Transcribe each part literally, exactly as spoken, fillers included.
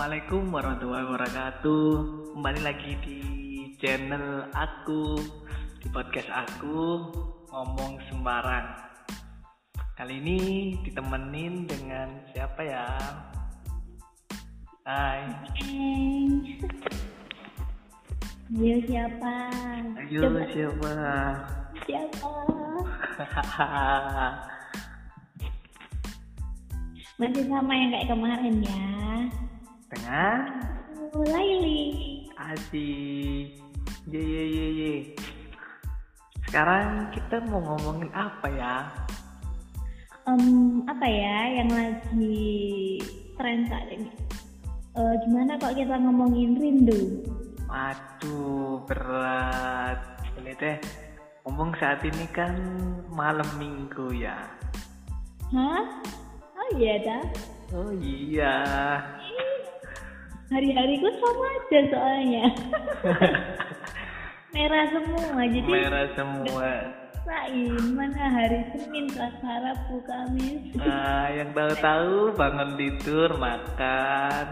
Assalamualaikum warahmatullahi wabarakatuh. Kembali lagi di channel aku, di podcast aku, Ngomong Sembarang. Kali ini ditemenin dengan siapa ya? Hai. Ayo siapa? Ayo Coba. siapa? Siapa? Masih sama yang kayak kemarin ya. Dengan Oh, Laili. Asik. Ye ye ye ye. Sekarang kita mau ngomongin apa ya? Um, apa ya yang lagi tren saat ini? Uh, gimana kalau kita ngomongin rindu? Waduh, berat. Ini teh ngomong saat ini kan malam minggu ya. Hah? Oh iya dah. Oh iya. Hari-hariku sama aja soalnya. Merah semua jadi. Merah semua. Lain mana hari Senin, Selasa, Rabu, Kamis. Nah, yang tahu-tahu bangun tidur makan.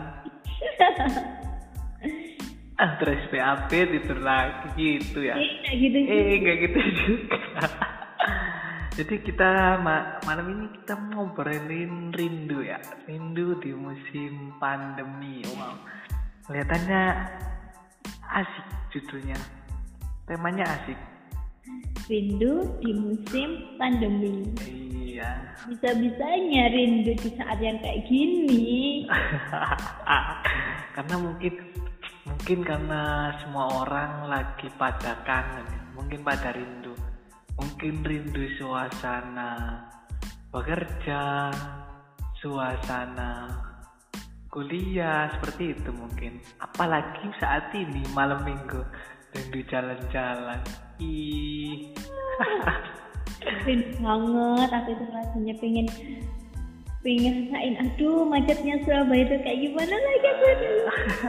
Ah, terus P A P tidur lagi gitu ya. Eh, enggak gitu sih. Eh, enggak gitu juga. Jadi kita ma- malam ini kita mau ngobrolin rindu ya. Rindu di musim pandemi. Wow. Kelihatannya asik judulnya. Temanya asik. Rindu di musim pandemi. Iya. Bisa-bisanya rindu di saat yang kayak gini. Karena mungkin mungkin karena semua orang lagi pada kangen, mungkin pada rindu. Mungkin rindu suasana bekerja, suasana kuliah, seperti itu mungkin. Apalagi saat ini malam minggu, rindu jalan-jalan. Ih. Rindu banget, aku itu rasanya pengen pengen rasain, aduh macetnya Surabaya itu kayak gimana lagi aku dulu.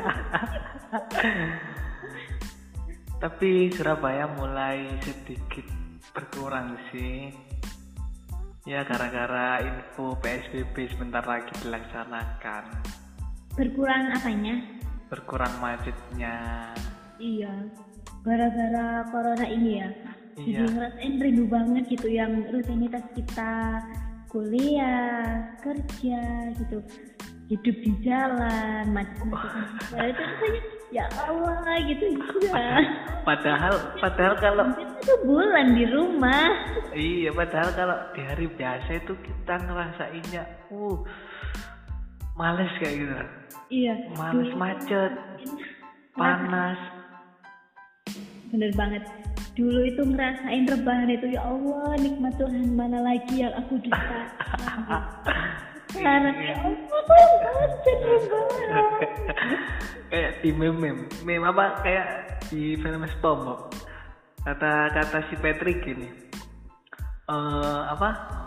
Tapi Surabaya mulai sedikit berkurang sih. Ya gara-gara info P S B B sebentar lagi dilaksanakan. Berkurang apanya? Berkurang macetnya. Iya, gara-gara corona ini ya. Jadi Iya. ngerasain rindu banget gitu yang rutinitas kita kuliah, kerja gitu, hidup di jalan, macet-macetan. Itu rasanya ya Allah gitu juga. Padahal padahal kalau Itu bulan di rumah. iya padahal kalau di hari biasa itu kita ngerasainnya uh males kayak gitu. Iya. Males dulu- macet, panas. Bener banget. Dulu itu ngerasain rebahan itu ya Allah nikmat Tuhan, mana lagi yang aku dustakan. Sekarang ya Allah macet rebahan. Kayak di meme, meme apa kayak di film SpongeBob. Kata-kata si Patrick gini. Eh apa?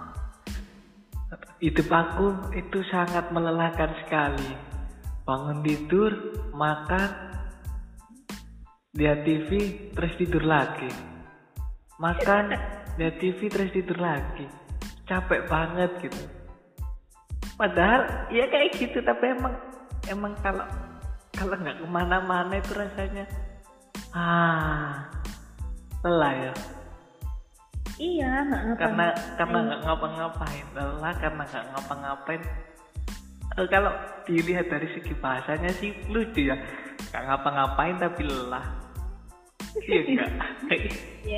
Hidup aku itu sangat melelahkan sekali. Bangun tidur, makan, lihat T V, terus tidur lagi. Makan, lihat T V, terus tidur lagi. Capek banget gitu. Padahal ya kayak gitu, tapi emang emang kalau kalau nggak kemana-mana itu rasanya ah lelah ya. Iya, nggak ngapa. Karena karena nggak ngapa-ngapain, lelah karena nggak ngapa-ngapain. Eh, kalau dilihat dari segi bahasanya sih lucu ya, nggak ngapa-ngapain tapi lelah. Iya enggak? Ya.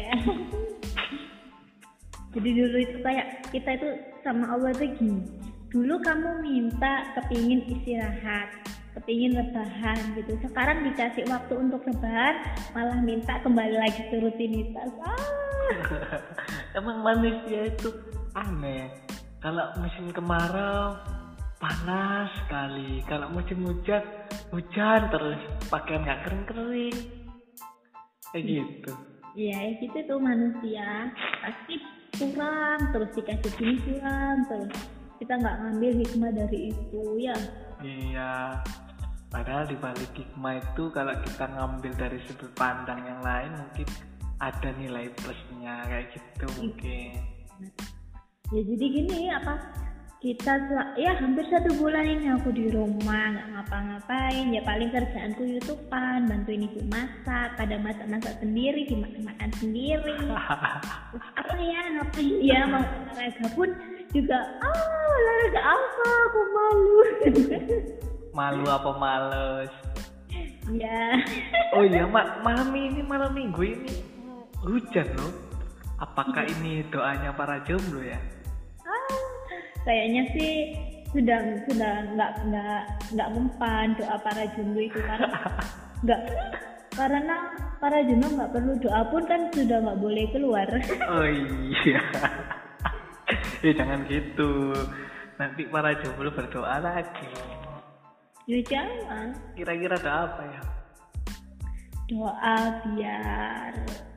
Jadi dulu itu kayak kita itu sama Allah itu gini. Dulu kamu minta kepingin istirahat, kepingin rebahan gitu. Sekarang dikasih waktu untuk rebahan, malah minta kembali lagi ke rutinitas. Ah. Emang manusia itu aneh. Kalau musim kemarau panas sekali, kalau musim hujan hujan terus, pakaian nggak kering-kering. Kayak gitu. Iya, ya gitu tuh manusia pasti kurang, terus dikasih gini kurang, terus kita nggak ngambil hikmah dari itu ya. Iya. Padahal di balik hikmah itu kalau kita ngambil dari sudut pandang yang lain mungkin ada nilai plusnya kayak gitu mungkin. Ya jadi gini apa kita sel- ya hampir satu bulan ini aku di rumah nggak ngapa-ngapain, ya paling kerjaanku youtubean, bantuin ibu masak, kadang masak-masak sendiri, dimakan-makan sendiri. Terus apa ya ngapain ya mau olahraga pun juga ah olahraga apa aku malu. Malu apa males? Ya Oh iya, ma- malam ini malam minggu ini hujan loh. Apakah ini doanya para jomblo ya? ah, kayaknya sih sudah sudah nggak nggak nggak mempan doa para jomblo itu karena nggak karena para jomblo nggak perlu doa pun kan sudah nggak boleh keluar. Oh iya. Ya jangan gitu. Nanti para jomblo berdoa lagi. Ya jangan. Kira-kira doa apa ya? Doa biar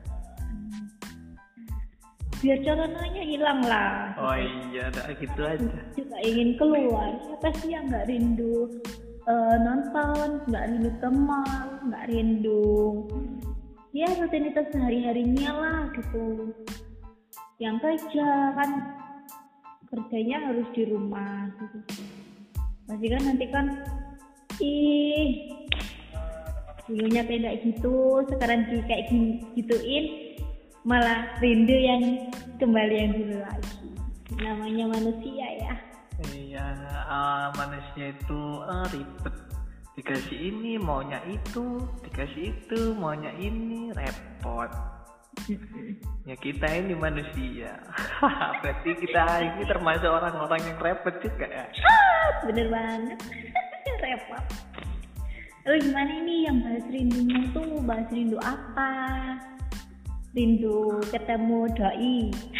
biar coronanya hilang lah. Oh iya, doa gitu aja. Juga ingin keluar. Siapa sih yang nggak rindu eh, nonton, nggak rindu ke mall, nggak rindu ya rutinitas sehari-harinya lah gitu. Yang kerja kan kerjanya harus di rumah gitu. Pasti kan nanti kan ih dulunya kayak gitu, sekarang di kayak gini, gituin malah rindu yang kembali yang dulu lagi. Namanya manusia ya. Iya, uh, manusia itu uh, ribet. Dikasih ini maunya itu, dikasih itu maunya ini, repot. Ya kita ini manusia. Berarti kita ini termasuk orang-orang yang repot juga ya. Bener banget. Repot. Lalu gimana ini yang bahas rindunya tuh, bahas rindu apa? Rindu ketemu doi.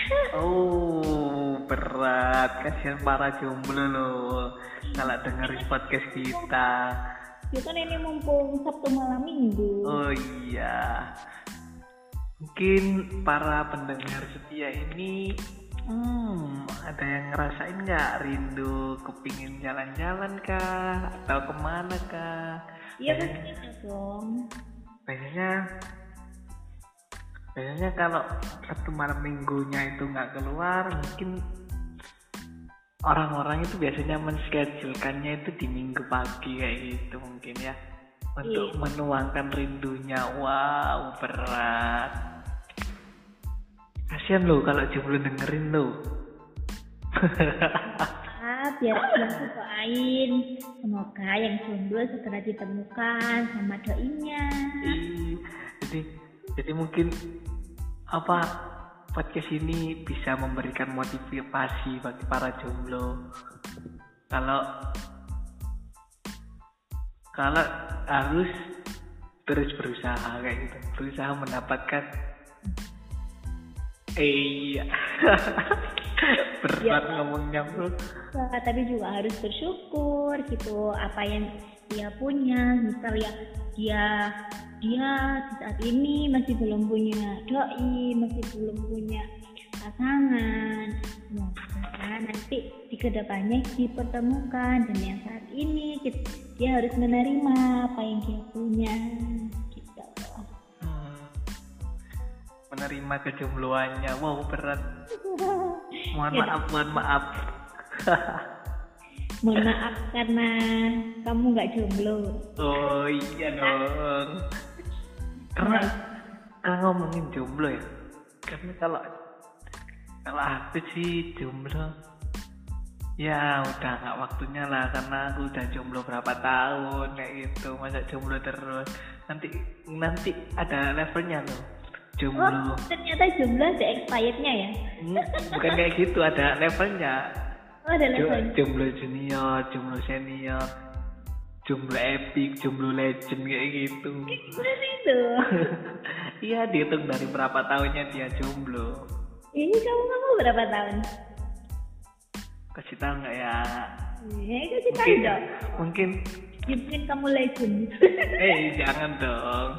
Oh berat, kasihan para jomblo loh kalau dengerin podcast kita. Ya kan ini mumpung Sabtu malam minggu. Oh iya, mungkin para pendengar setia ini hmm, ada yang ngerasain nggak rindu kepingin jalan-jalan kah atau kemana kah? Iya pastinya dong. Biasanya biasanya kalau satu malam minggunya itu nggak keluar, mungkin orang-orang itu biasanya menschedule-kannya itu di minggu pagi kayak gitu mungkin ya, untuk Iya. menuangkan rindunya. Wow berat, kasian loh kalau jomblo dengerin loh. Ah, biar biar aku doain semoga yang jomblo segera ditemukan sama doinya. Ih, jadi jadi mungkin apa podcast ini bisa memberikan motivasi bagi para jomblo kalau kalau harus terus berusaha kayak gitu, berusaha mendapatkan eh iya. Berat Ya. ngomongnya bro. Wah, tapi juga harus bersyukur gitu apa yang dia punya. Misal ya dia dia di saat ini masih belum punya doi, masih belum punya pasangan. Semoga nanti di kedepannya dipertemukan, dan yang saat ini kita- dia harus menerima apa yang dia punya gitu. Hmm. Menerima kejombloannya, wow berat. Mohon Ya, maaf, mohon maaf. mohon maaf karena kamu nggak jomblo. Oh iya dong. Karena kalau ngomongin jomblo ya, karena kalau kalau aku sih jomblo, ya udah nggak waktunya lah, karena aku udah jomblo berapa tahun kayak gitu. Masa jomblo terus, nanti nanti ada levelnya loh. Jomblo, Oh, ternyata jomblo ada expirednya ya? Hmm, bukan kayak gitu, ada levelnya. Oh, ada Jo- levelnya. jomblo junior, jomblo senior, jomblo epic, jomblo legend kayak gitu. Gimana itu? Iya, dihitung dari berapa tahunnya dia jomblo. Ini kamu kamu berapa tahun? Kasih tahu nggak ya? Eh, kasih tahu Mungkin, dong. mungkin, Ya, mungkin kamu legend. eh jangan dong.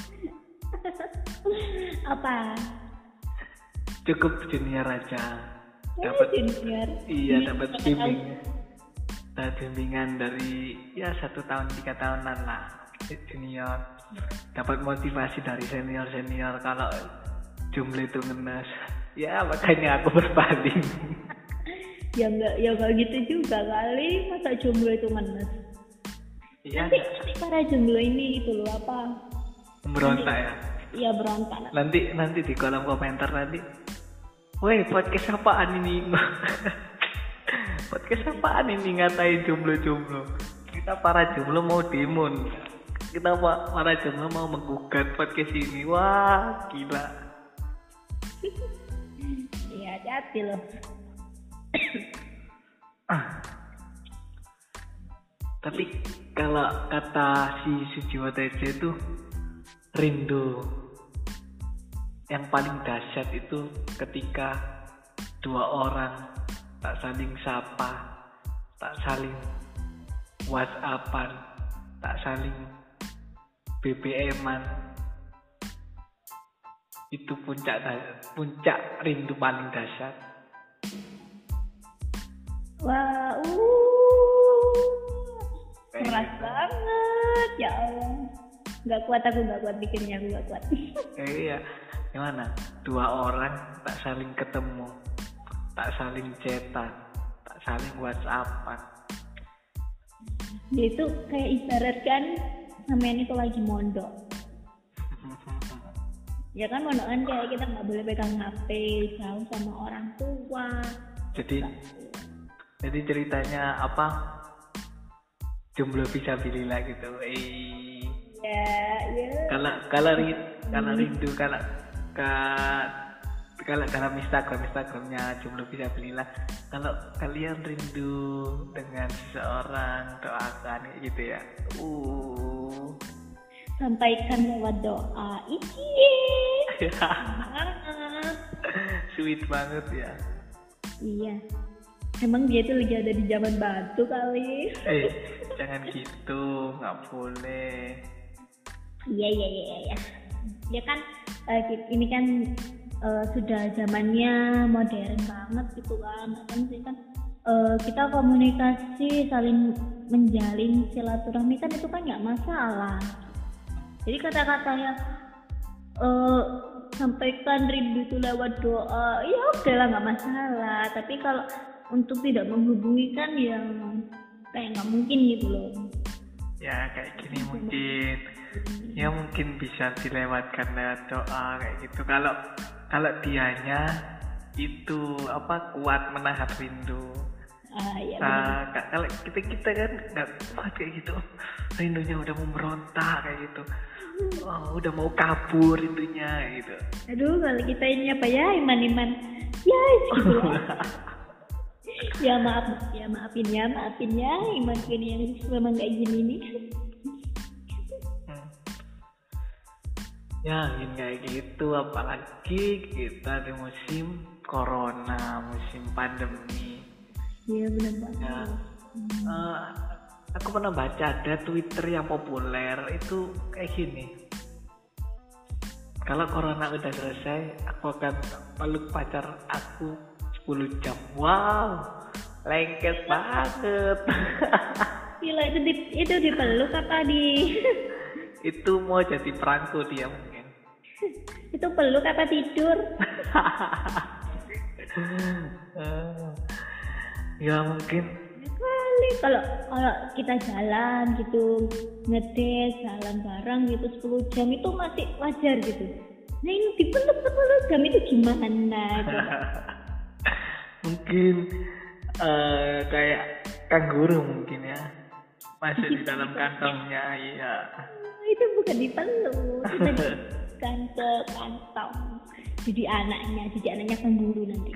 Apa? Cukup junior aja. Oh, Dapat, junior. iya Junior dapat berapa bimbing, tahun? dapat bimbingan dari ya satu tahun tiga tahunan lah. Junior, dapat motivasi dari senior senior kalau jomblo itu ngenes. Ya makanya aku berpaling. Ya enggak, ya enggak gitu juga kali. Masa jomblo itu ngenes. Iya. Nanti, nanti para jomblo ini itu loh apa? Berontak ya. Iya berontak. Nanti nanti di kolom komentar nanti. Woi, podcast apaan ini? Podcast apaan ini ngatain jomblo-jomblo? Kita para jomblo mau demon. Kita para jomblo mau menggugat podcast ini. Wah, gila. Iya, hati-hati loh. Tapi kalau kata si Sujiwo Tejo itu rindu yang paling dahsyat itu ketika dua orang tak saling sapa, tak saling WhatsAppan, tak saling B B M-an. Itu puncak puncak rindu paling dahsyat. Wah, uh, keras banget ya Allah. Nggak kuat aku, nggak kuat bikinnya, aku nggak kuat. Eh, iya, gimana? Dua orang tak saling ketemu, tak saling chatan, tak saling WhatsAppan. Dia itu kayak ibaratkan sampean itu lagi mondok. Ya kan mondok kan kayak kita nggak boleh pegang H P, jauh sama orang tua. Jadi, jadi ceritanya apa? Jomblo bisa bilillah gitu. Eh. Ya, ya. Kalau kalau kalau rindu kalau kalau dalam Instagram Instagramnya jomblo bisa bilillah. Kalau kalian rindu dengan seseorang, doakan gitu ya. Uh. Sampaikan lewat doa. Iki. Sweet banget ya. Iya. Emang dia tuh lagi ada di zaman batu kali. Eh, jangan gitu, nggak boleh. Iya iya iya iya. Ya kan uh, ini kan uh, sudah zamannya modern banget gitu kan. Kan sih kan uh, kita komunikasi saling menjalin silaturahmi kan itu kan nggak masalah. Jadi kata-katanya uh, sampaikan rindu itu lewat doa, ya udah lah nggak masalah. Tapi kalau untuk tidak menghubungi kan yang kayak nggak mungkin gitu loh. Ya kayak gini mungkin. Ya mungkin bisa dilewatkan lewat doa kayak gitu. Kalau kalau dianya itu apa kuat menahan rindu. Ah, iya, nah, kalau kita kita kan nggak kuat kayak gitu, rindunya udah mau merontak kayak gitu, oh, udah mau kabur rindunya gitu. Aduh, kalau kita ini apa ya iman-iman, ya gitu. Ya maaf, ya maafin ya, maafin ya, iman ini yang memang kayak gini nih. Hmm. Ya, ingin kayak gitu, apalagi kita di musim corona, musim pandemi. Iya benar banget. Ya, uh, aku pernah baca ada Twitter yang populer itu kayak gini. Kalau corona udah selesai, aku akan peluk pacar aku sepuluh jam. Wow, lengket banget. Gila, itu di, itu dipeluk apa di? Itu mau jadi perangko dia mungkin. Itu peluk apa tidur? uh, ya mungkin. Kali kalau kalau kita jalan gitu ngedes jalan bareng gitu sepuluh jam itu masih wajar gitu. Nah ini dipeluk sepuluh jam itu gimana? Mungkin uh, kayak kanguru mungkin ya, masuk di dalam kantongnya. Iya. Itu bukan dipeluk, itu dimasukkan ke kantong. Jadi anaknya, jadi anaknya kanguru nanti.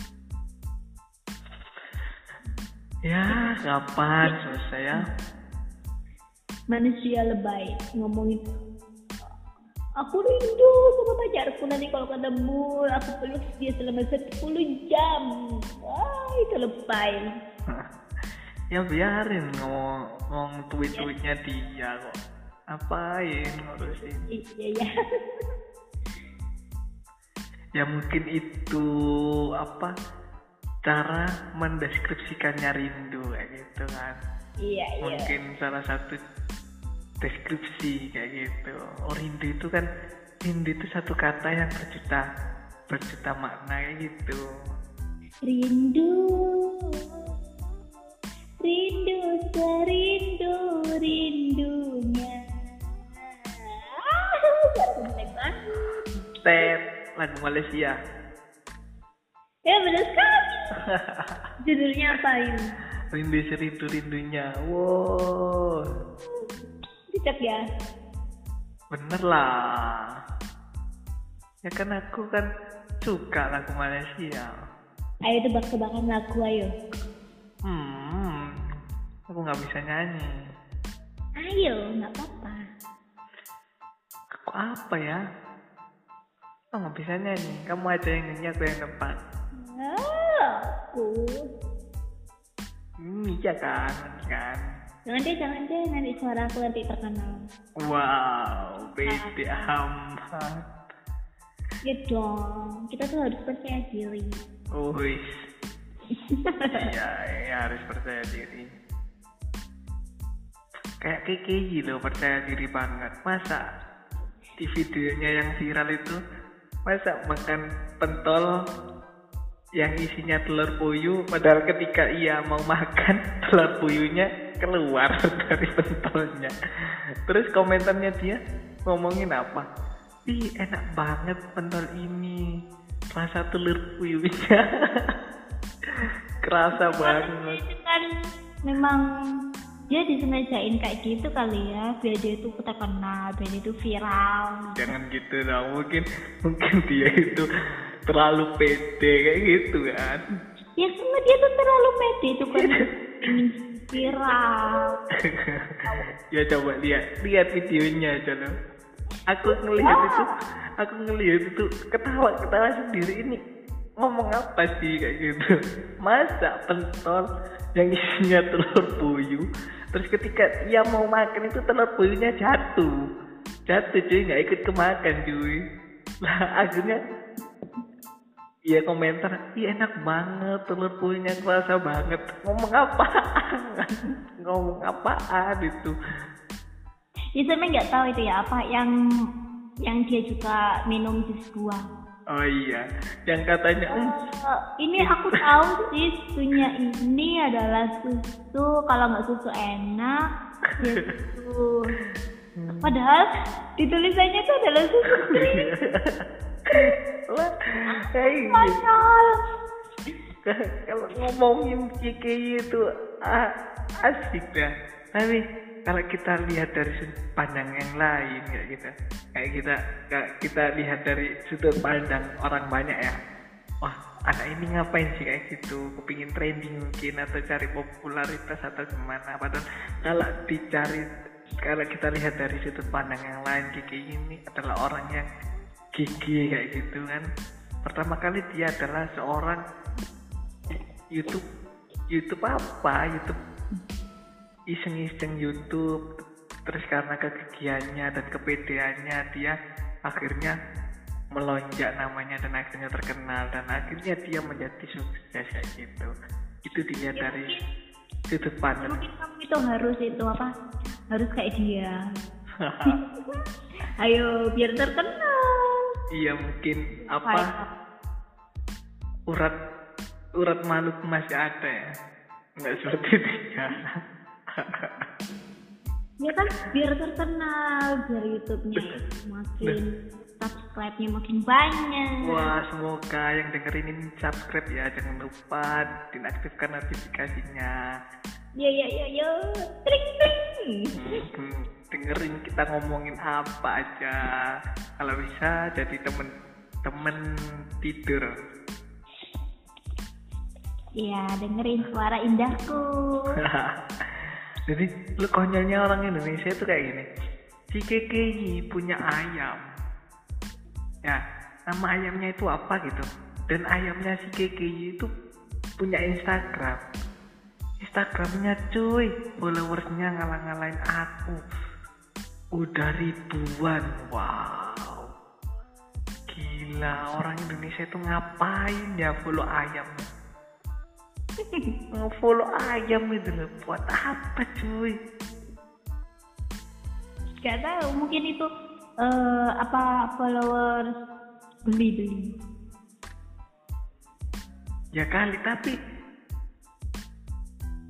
Ya, kapan selesai ya? Manusia lebay ngomongin aku rindu sama pacarku, nanti kalau ketemu aku peluk dia selama sepuluh jam. Wah, itu lebay. Ya biarin ngomong, ngomong tweet-tweetnya dia kok. Apain ngurusin? Iya ya. Ya mungkin itu apa? Cara mendeskripsikannya rindu kayak gitu kan. Iya, iya. Mungkin salah satu deskripsi kayak gitu. Oh, rindu itu kan, rindu itu satu kata yang berjuta berjuta makna kayak gitu. Rindu rindu serindu rindunya. Ah, jelek banget. Tet, lagu Malaysia. Ya benar sekali. Judulnya apa ini? Rindu serindu rindunya. Wow. Cocok ya? Bener lah. Ya kan aku kan suka lagu Malaysia. Ayo tebak-tebakan lagu ayo. Hmm, aku nggak bisa nyanyi. Ayo, nggak apa-apa. Aku apa ya? Aku nggak bisa nyanyi. Kamu aja yang nyanyi, aku yang nebak. Ah, aku. Hmm, iya kan, kan. Jangan deh, jangan deh. Nanti suara aku nanti terkenal. Wow, beda amat. Ya dong, kita tuh harus percaya diri. Oh, wis. Iya, ya, harus percaya diri. Kayak Kiki loh, percaya diri banget. Masa di videonya yang viral itu, masa makan pentol yang isinya telur puyuh, padahal ketika ia mau makan, telur puyuhnya keluar dari pentolnya. Terus komentarnya dia ngomongin apa? Ih, enak banget pentol ini, rasa telur puyuhnya kerasa banget. Itu kan memang dia disengajain kayak gitu kali ya, biar dia itu terkenal, biar dia itu viral. Jangan gitu dong, mungkin mungkin dia itu terlalu pede kayak gitu kan. Ya karena dia tuh terlalu pede itu kan ingin viral. Ya coba lihat lihat videonya aja loh. Aku ngelihat itu, aku ngelihat itu ketawa ketawa sendiri, ini ngomong apa sih kayak gitu. Masa pentol yang isinya telur puyuh, terus ketika ia mau makan itu telur puyuhnya jatuh jatuh cuy, nggak ikut kemakan cuy. Lah akhirnya iya komentar, iya enak banget telur puyuhnya, kerasa banget. Ngomong apaan? Ngomong apaan itu? Ya sebenarnya nggak tahu itu ya apa yang yang dia juga minum jus buah. Oh iya, yang katanya um, uh, ini aku tahu sih susunya ini adalah susu, kalau nggak susu enak ya susu. Padahal di tulisannya itu adalah susu krim. Wah, kayak kalau ngomongin Kiki itu ah, asik dah. Tapi kalau kita lihat dari sudut pandang yang lain kayak kita, kayak kita kita lihat dari sudut pandang orang banyak ya. Wah, anak ini ngapain sih kayak gitu? Kepingin trending mungkin atau cari popularitas atau gimana? Padahal kalau dicari, kalau kita lihat dari sudut pandang yang lain, Kiki ini adalah orang yang gigi kayak gitu kan. Pertama kali dia adalah seorang YouTube YouTube apa? YouTube iseng-iseng YouTube, terus karena kegigihannya dan kepedeannya dia akhirnya melonjak namanya dan akhirnya terkenal dan akhirnya dia menjadi sukses kayak gitu. Itu dilihat ya, dari sudut pandang. Mungkin kamu itu harus itu apa? Harus kayak dia. Ayo biar terkenal. Iya mungkin apa? Urat urat malu masih ada ya. Enggak seperti dia. Ya kan biar terkenal, biar YouTube-nya makin subscribe-nya makin banyak. Wah, semoga yang dengerin ini subscribe ya, jangan lupa dinaktifkan notifikasinya. Ya ya ya ya, tring tring. Hmm, dengerin kita ngomongin apa aja. Kalau bisa jadi temen-temen tidur. Iya, dengerin suara indahku. Jadi lu konyolnya orang Indonesia itu kayak gini. Si Kiki punya ayam. Ya, nama ayamnya itu apa gitu. Dan ayamnya si Kiki itu punya Instagram. Instagramnya cuy, followersnya ngalah-ngalahin aku. Udah ribuan. Wow. Gila, orang Indonesia itu ngapain ya follow ayam? Nge-follow ayam itu loh, buat apa cuy? Gak tahu, mungkin itu uh, apa followers beli-beli. Ya kali, tapi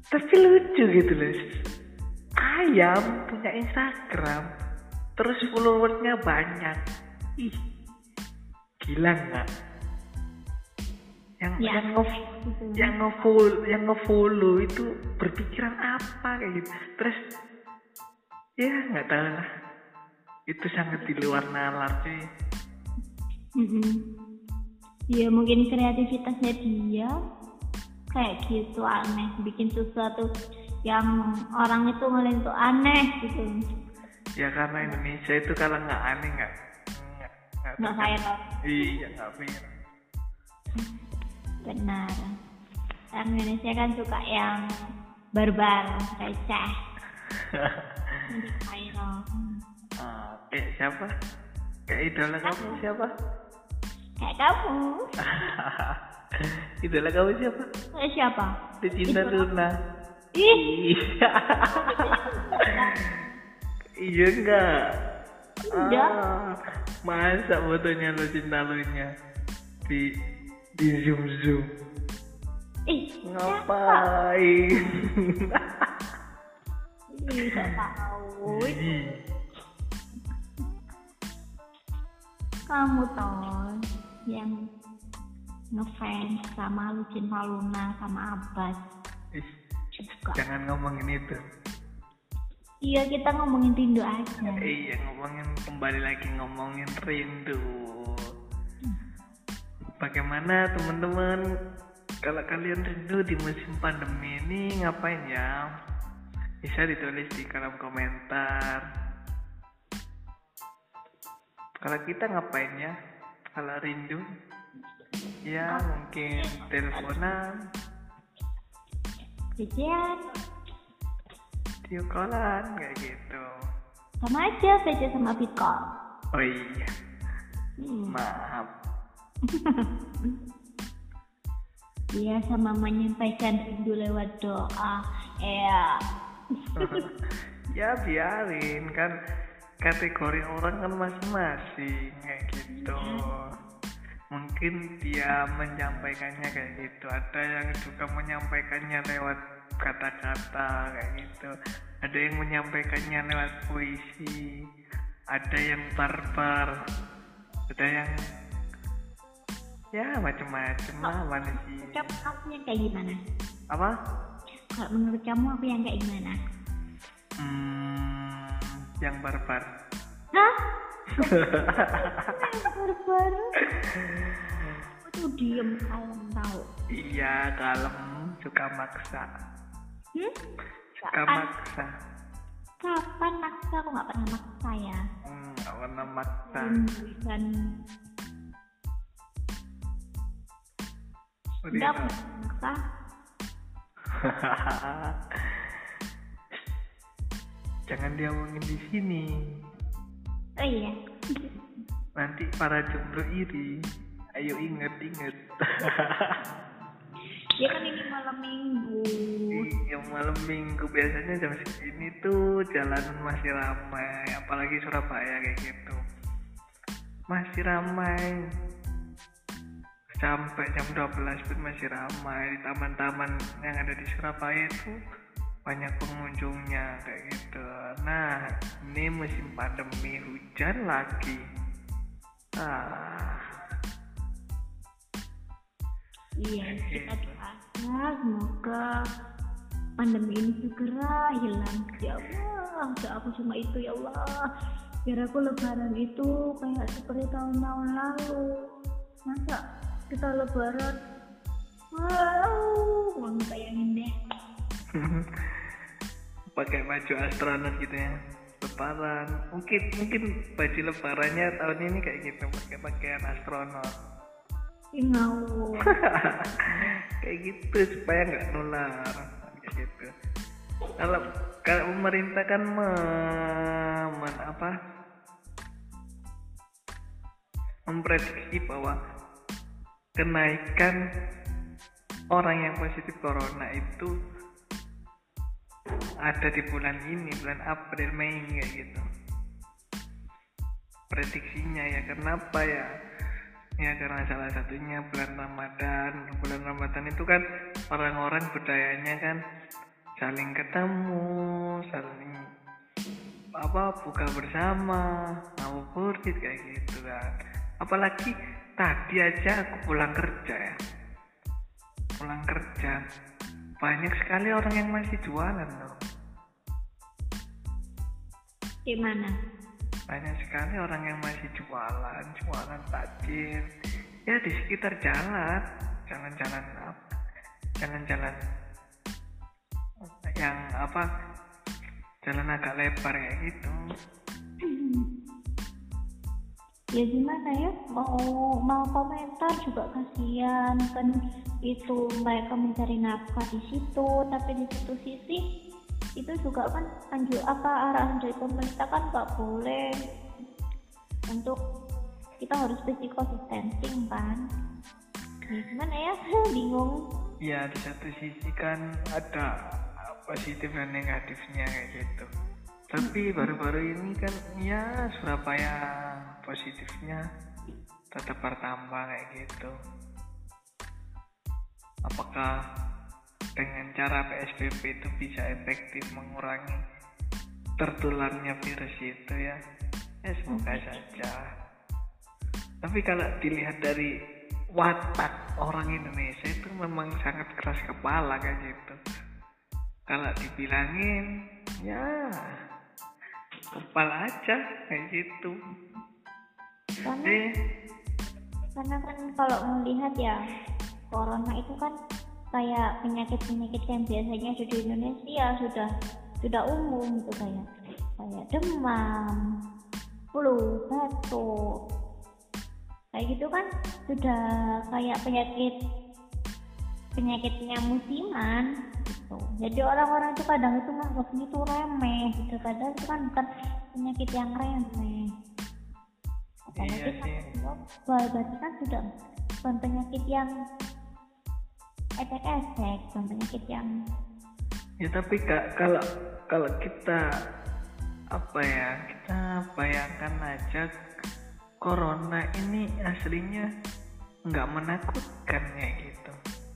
Tapi lucu gitu loh. Ayam punya Instagram, terus followersnya banyak. Ih, gila nggak? Yang Ya, yang nge gitu. yang nge-follow yang nge-follow itu berpikiran apa kayak gitu. Terus ya nggak tahu lah. Itu sangat di luar nalar cuy. Mm-mm. Ya mungkin kreativitasnya dia kayak gitu aneh, bikin sesuatu yang orang itu ngeliat itu aneh gitu. Ya karena Indonesia itu kalau nggak aneh nggak nggak nggak Nggak terkenal. viral. Iya nggak viral. Benar. Orang Indonesia kan suka yang barbar, receh, nanti viral. Ah, kayak siapa? Kayak idola kamu siapa? Kayak kamu. Idola kamu siapa? Kayak siapa? Lucinta Idola. Luna. Ih, Iya. Iya enggak? Enggak. Ah, masa fotonya Lucinta Luna di di zoom zoom. ih, Ngapain? ih, nggak tahu. Ih, Kamu toh yang ngefans sama Lucinta Luna sama Abbas ih, juga. jangan ngomongin itu. Iya, kita ngomongin rindu aja. Iya, ngomongin kembali lagi ngomongin rindu. Bagaimana teman-teman kalau kalian rindu di musim pandemi ini ngapain ya? Bisa ditulis di kolom komentar. Kalau kita ngapain ya? Kalau rindu? Ya mungkin teleponan, Jajan, video callan kayak gitu. sama aja V C sama Bitcoin. Oh iya, Hmm. maaf. Iya, sama menyampaikan rindu lewat doa. Iya. Ya biarin kan, kategori orang kan masing-masing kayak gitu. Mungkin dia menyampaikannya kayak gitu, ada yang juga menyampaikannya lewat kata-kata kayak gitu, ada yang menyampaikannya lewat puisi, ada yang barbar, ada yang ya macam-macam lah manusia. Kamu aku yang kayak gimana? Apa? Kalau menurut kamu aku yang kayak gimana? Hmm, yang barbar. Hah? Baru-baru aku tuh diem kalem tau. Iya, kalem, suka maksa. Hmm? Suka Kapan? maksa. Kapan maksa? Aku gak pernah maksa ya. Hmm, gak pernah maksa. Memberikan Oh, Enggak, gitu. aku gak pernah maksa. Jangan diomongin di sini. Oh iya. Nanti para jomblo iri. Ayo inget-inget. Ya kan ini malam minggu. Yang malam minggu biasanya jam segini tuh jalanan masih ramai, apalagi Surabaya kayak gitu. Masih ramai. Sampai jam dua belas pun masih ramai di taman-taman yang ada di Surabaya itu, banyak pengunjungnya kayak gitu. Nah, ini musim pandemi, hujan lagi. Ah, Iya, kita doa semoga pandemi ini segera hilang. Ya Allah, doa aku cuma itu ya Allah. Biar aku lebaran itu kayak seperti tahun-tahun lalu. Masa kita lebaran? Wow, mau bayangin deh. pakai baju astronot gitu ya, lebaran. Mungkin mungkin baju lebarannya tahun ini kayak gitu, pakai pakaian astronot. Ingau. Kayak gitu supaya nggak nular kayak gitu. Kalau kalau pemerintah kan mem, men- apa memprediksi bahwa kenaikan orang yang positif corona itu ada di bulan ini, bulan April Mei kayak gitu. Prediksinya ya, kenapa ya? Ya karena salah satunya bulan Ramadan. Bulan Ramadan itu kan orang-orang budayanya kan saling ketemu, saling apa buka bersama, ngabuburit kayak gitu kan. Apalagi tadi aja aku pulang kerja ya, pulang kerja banyak sekali orang yang masih jualan loh. Di mana? Banyak sekali orang yang masih jualan, jualan takjil. Ya di sekitar jalan, jalan-jalan apa, jalan-jalan yang apa, jalan agak lebar kayak gitu. Ya gimana ya, mau mau komentar juga kasihan kan, itu mereka mencari nafkah di situ, tapi di satu sisi itu juga kan anjur apa arahan dari pemerintah kan nggak boleh untuk kita harus physical distancing kan. Ya, gimana ya, bingung. Ya di satu sisi kan ada positif dan negatifnya kayak gitu. Tapi baru-baru ini kan ya Surabaya positifnya tetap bertambah kayak gitu. Apakah dengan cara P S B B itu bisa efektif mengurangi tertularnya virus itu ya? Ya semoga saja. Tapi kalau dilihat dari watak orang Indonesia itu memang sangat keras kepala kayak gitu. Kalau dibilangin ya kepala aja kayak gitu. Karena, eh. karena kan kalau melihat ya, corona itu kan kayak penyakit-penyakit yang biasanya ada di Indonesia sudah sudah umum gitu, kayak kayak demam, flu, batuk, kayak gitu kan sudah kayak penyakit penyakitnya musiman gitu. Jadi orang-orang itu kadang itu nganggapnya itu remeh gitu, padahal itu kan bukan penyakit yang remeh. Apalagi Iya kan berarti kan sudah bukan penyakit yang efek-efek, bukan penyakit yang ya. Tapi kak, kalau kalau kita apa ya, kita bayangkan aja corona ini aslinya nggak menakutkan ya gitu.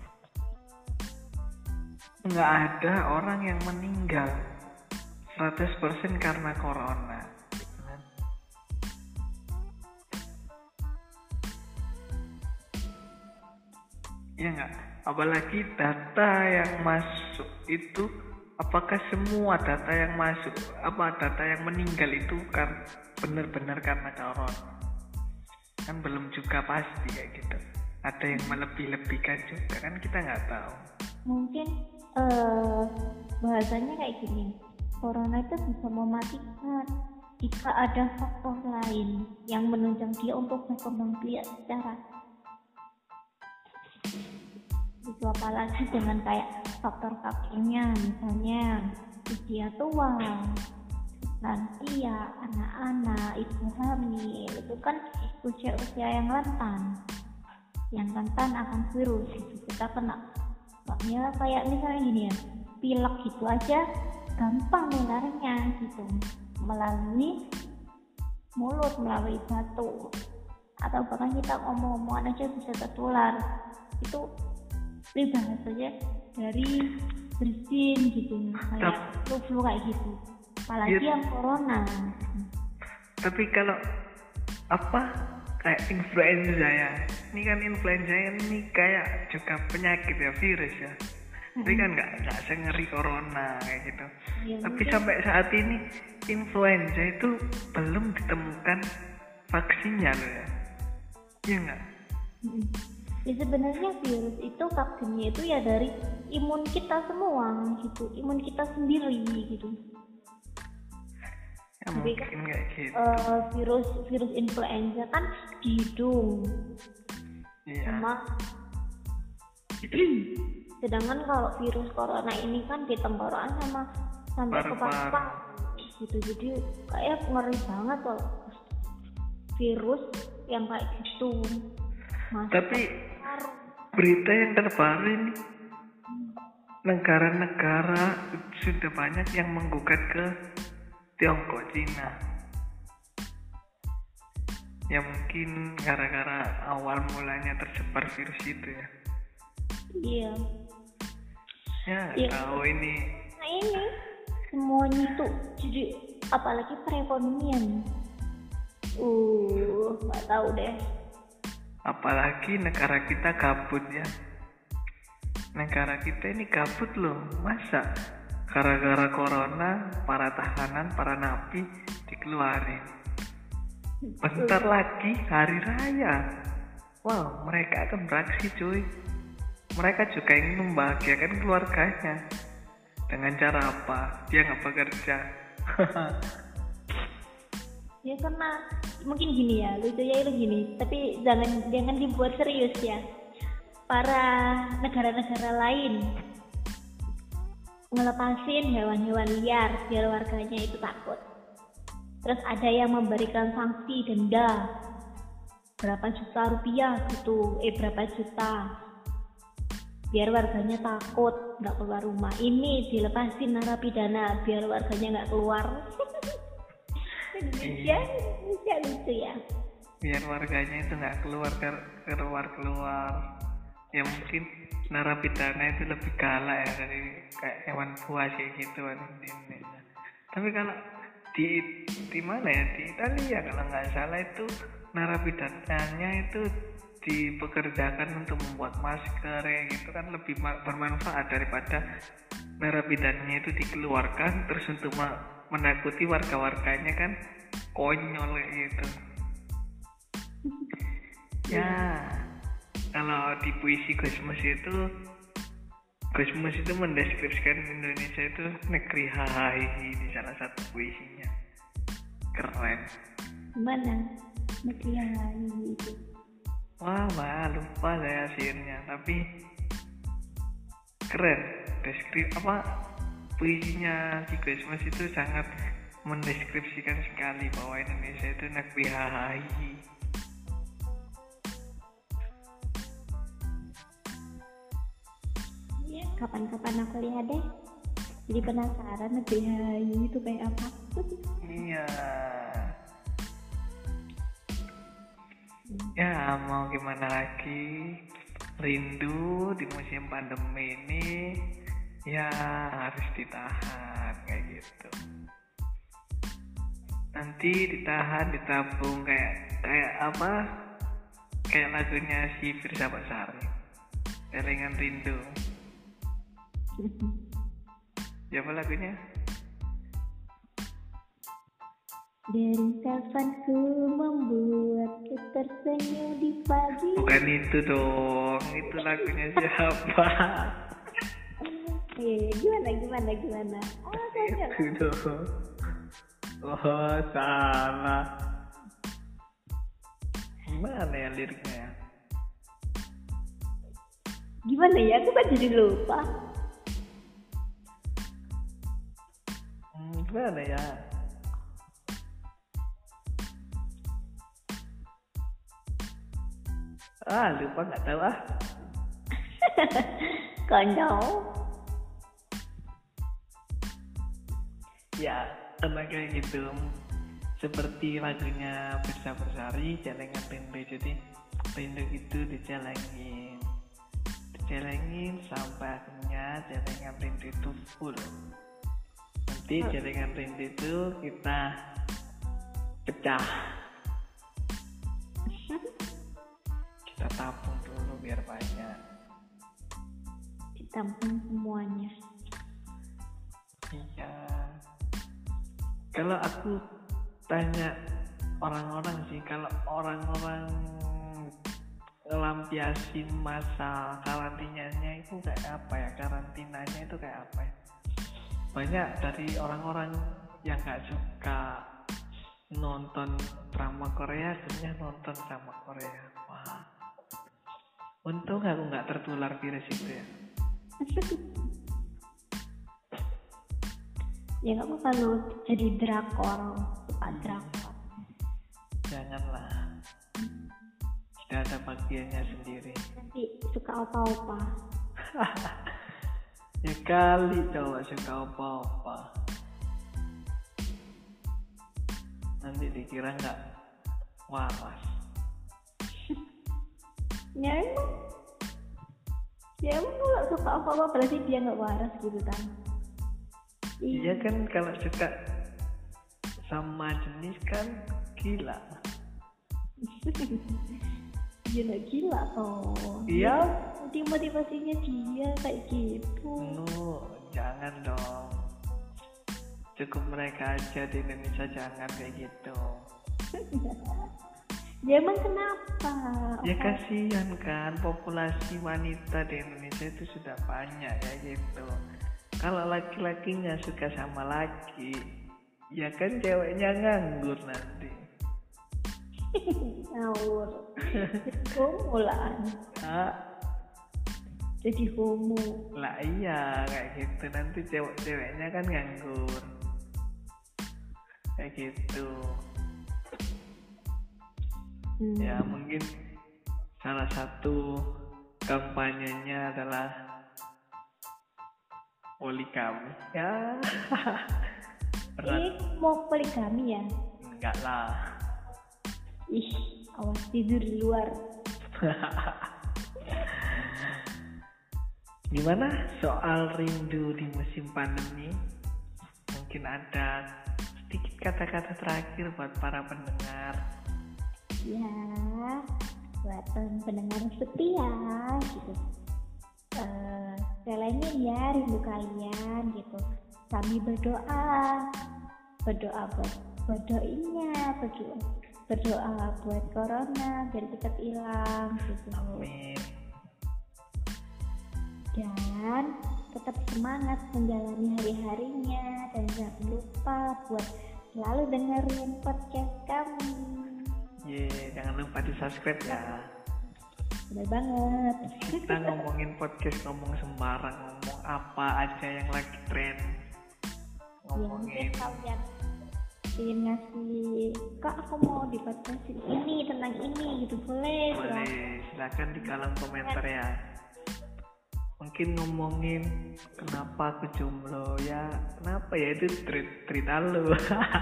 Nggak ada orang yang meninggal seratus persen karena corona. Ya enggak, apalagi data yang masuk itu, apakah semua data yang masuk, apa data yang meninggal itu kan benar-benar karena corona? Kan belum juga pasti kayak gitu. Ada yang melebih-lebihkan juga kan, kita nggak tahu. Mungkin eh, bahasanya kayak gini, corona itu bisa mematikan jika ada faktor lain yang menunjang dia untuk berkembang biak secara itu, apalagi dengan kayak faktor-faktornya, misalnya usia tua, lansia, anak-anak, ibu hamil, itu kan usia-usia yang rentan yang rentan akan virus gitu. Kita kena ya kayak misalnya gini ya, pilek gitu aja gampang nularnya gitu, melalui mulut, melalui batuk, atau bahkan kita ngomong-ngomongan aja bisa tertular. Itu pribahas saja dari bersin gitu, kayak flu-flu kayak gitu, apalagi ya, yang corona. Tapi kalau apa kayak influenza ya, ini kan influenza ini kayak juga penyakit ya, virus ya. Tapi kan nggak nggak sengeri corona kayak gitu. Ya, tapi mungkin sampai saat ini influenza itu belum ditemukan vaksinnya loh ya. Iya nggak? Ya sebenarnya virus itu vaksinnya itu ya dari imun kita semua gitu, imun kita sendiri gitu. Ya, mungkin kan, kayak gitu. Uh, virus virus influenza kan di hidung, iya. sama sedangkan kalau virus corona ini kan di tenggorokan sama sampai ke paru-paru gitu. Jadi kayak ngeri banget kalau virus yang kayak gitu. Masuk. Tapi berita yang terbaru ini, negara-negara sudah banyak yang menggugat ke Tiongkok, Cina. Ya mungkin gara-gara awal mulanya tersebar virus itu ya. Iya. Ya ya, tahu ini Nah ini semuanya tuh jadi apalagi perekonomian. Uh, nggak tahu deh. Apalagi negara kita gabut ya. Negara kita ini gabut loh. Masa gara-gara corona para tahanan, para napi dikeluarin. Bentar lagi hari raya. Wow, mereka akan beraksi cuy. Mereka juga ingin membahagiakan keluarganya. Dengan cara apa? Dia nggak bekerja. Ya karena mungkin gini ya, lucunya itu gini. Tapi jangan jangan dibuat serius ya. Para negara-negara lain ngelepasin hewan-hewan liar biar warganya itu takut. Terus ada yang memberikan sanksi denda berapa juta rupiah gitu, eh berapa juta biar warganya takut nggak keluar rumah. Ini dilepasin narapidana biar warganya nggak keluar. Indonesia, Indonesia lucu ya. Biar warganya itu nggak keluar keluar keluar. Ya mungkin narapidana itu lebih galak ya dari kayak hewan buas kayak gitu kan di Indonesia. Tapi kalau di di mana ya, di Italia kalau nggak salah itu narapidananya itu dipekerjakan untuk membuat masker ya gitu kan, lebih bermanfaat daripada narapidananya itu dikeluarkan terus untuk menakuti warga-warganya kan konyol kayak gitu. Ya kalau di puisi Gusmus itu Gusmus itu mendeskripsikan Indonesia itu negeri hahihi di salah satu puisinya. Keren. Mana negeri hahihi itu? Wah, wah lupa saya syairnya, tapi keren. Deskrip apa puisinya si Gusmus itu sangat mendeskripsikan sekali bahwa Indonesia itu negeri hahihi. Kapan-kapan aku lihat deh, jadi penasaran negeri hahihi itu kayak apa. Iya. Ya mau gimana lagi, rindu di musim pandemi ini ya harus ditahan kayak gitu. Nanti ditahan, ditabung kayak kayak apa, kayak lagunya si Firsa Besari, Celengan Rindu. Siapa lagunya? Dari kapanku membuatku tersenyum di pagi. Bukan itu dong, itu lagunya siapa? Eh, gimana gimana gimana? Oh, itu dong. Oh, salah. Gimana ya liriknya? Gimana ya? Aku kan jadi lupa. Hmm, gimana ya? Ah, lupa, nggak tahu ah. Konyol. Ya, karena kayak gitu. Seperti lagunya Firsa Besari, Celengan Rindu. Jadi rindu itu dicelengin, dicelengin sampai akhirnya celengan rindu itu full. Nanti celengan rindu itu kita pecah. Kita tampung dulu biar banyak. Ditampung semuanya. Iya. Kalau aku tanya orang-orang sih, kalau orang-orang ngelampiasin masa karantinanya itu kayak apa ya, karantinanya itu kayak apa ya, banyak dari orang-orang yang gak suka nonton drama Korea akhirnya nonton drama Korea. Wah, untung aku gak tertular virus itu ya. Ya nggak apa-apa lu jadi drakor, suka drakor. Janganlah, tidak ada bagiannya sendiri. Nanti suka opa-opa. Ya kali coba suka opa-opa, nanti dikira nggak waras. Ya emang, ya emang kalau suka opa-opa berarti dia nggak waras gitu kan? Iya kan, kalau suka sama jenis kan gila. Dia gak gila toh. Iya. Dia motivasinya dia kayak gitu. No, jangan dong. Cukup mereka aja di Indonesia, jangan kayak gitu. Ya emang kenapa? Ya kasihan kan, populasi wanita di Indonesia itu sudah banyak ya gitu. Kalau laki-lakinya suka sama laki, ya kan ceweknya nganggur nanti. Ngawur. Homo lah. Ah, Jadi homo. lah iya kayak gitu, nanti cewek-ceweknya kan nganggur. Kayak gitu. Hmm. Ya mungkin salah satu kampanyenya adalah poligami. Ya. Eh, mau poligami ya? Enggak lah. Ih, awas tidur di luar. Gimana soal rindu di musim pandemi? Mungkin ada sedikit kata-kata terakhir buat para pendengar. Ya, buat pendengar setia gitu. Uh, Relengin ya rindu kalian gitu. Kami berdoa, berdoa buat berdoinya, berdoa, berdoa buat corona biar cepat hilang gitu. Amin. Dan tetap semangat menjalani hari-harinya dan jangan lupa buat selalu dengerin podcast kami. Ye, jangan lupa di subscribe ya. Bener banget. Kita ngomongin podcast, ngomong sembarang, ngomong apa aja yang lagi tren. Ya, mungkin Ngomongin kalian ingin ngasih, kak aku mau di podcast ini tentang ini gitu, boleh? boleh, silakan di kolom komentar ya. Mungkin ngomongin kenapa aku jomblo ya, kenapa ya, itu cerita lu.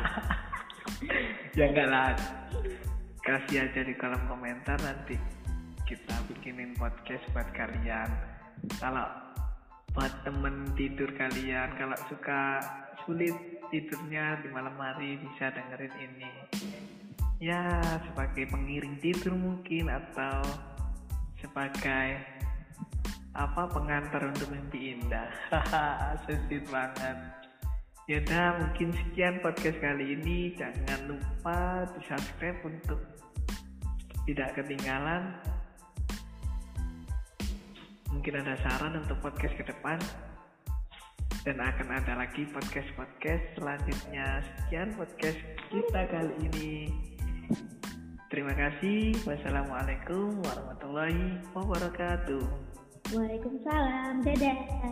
Ya enggak lah, kasih aja di kolom komentar, nanti kita bikinin podcast buat kalian. Kalau buat temen tidur kalian, kalau suka sulit tidurnya di malam hari, bisa dengerin ini ya, sebagai pengiring tidur mungkin, atau sebagai apa, pengantar untuk mimpi indah. Haha, sweet banget. Yaudah, mungkin sekian podcast kali ini. Jangan lupa di subscribe untuk tidak ketinggalan. Mungkin ada saran untuk podcast ke depan, dan akan ada lagi podcast-podcast selanjutnya. Sekian podcast kita kali ini. Terima kasih. Wassalamualaikum warahmatullahi wabarakatuh. Waalaikumsalam, dadah.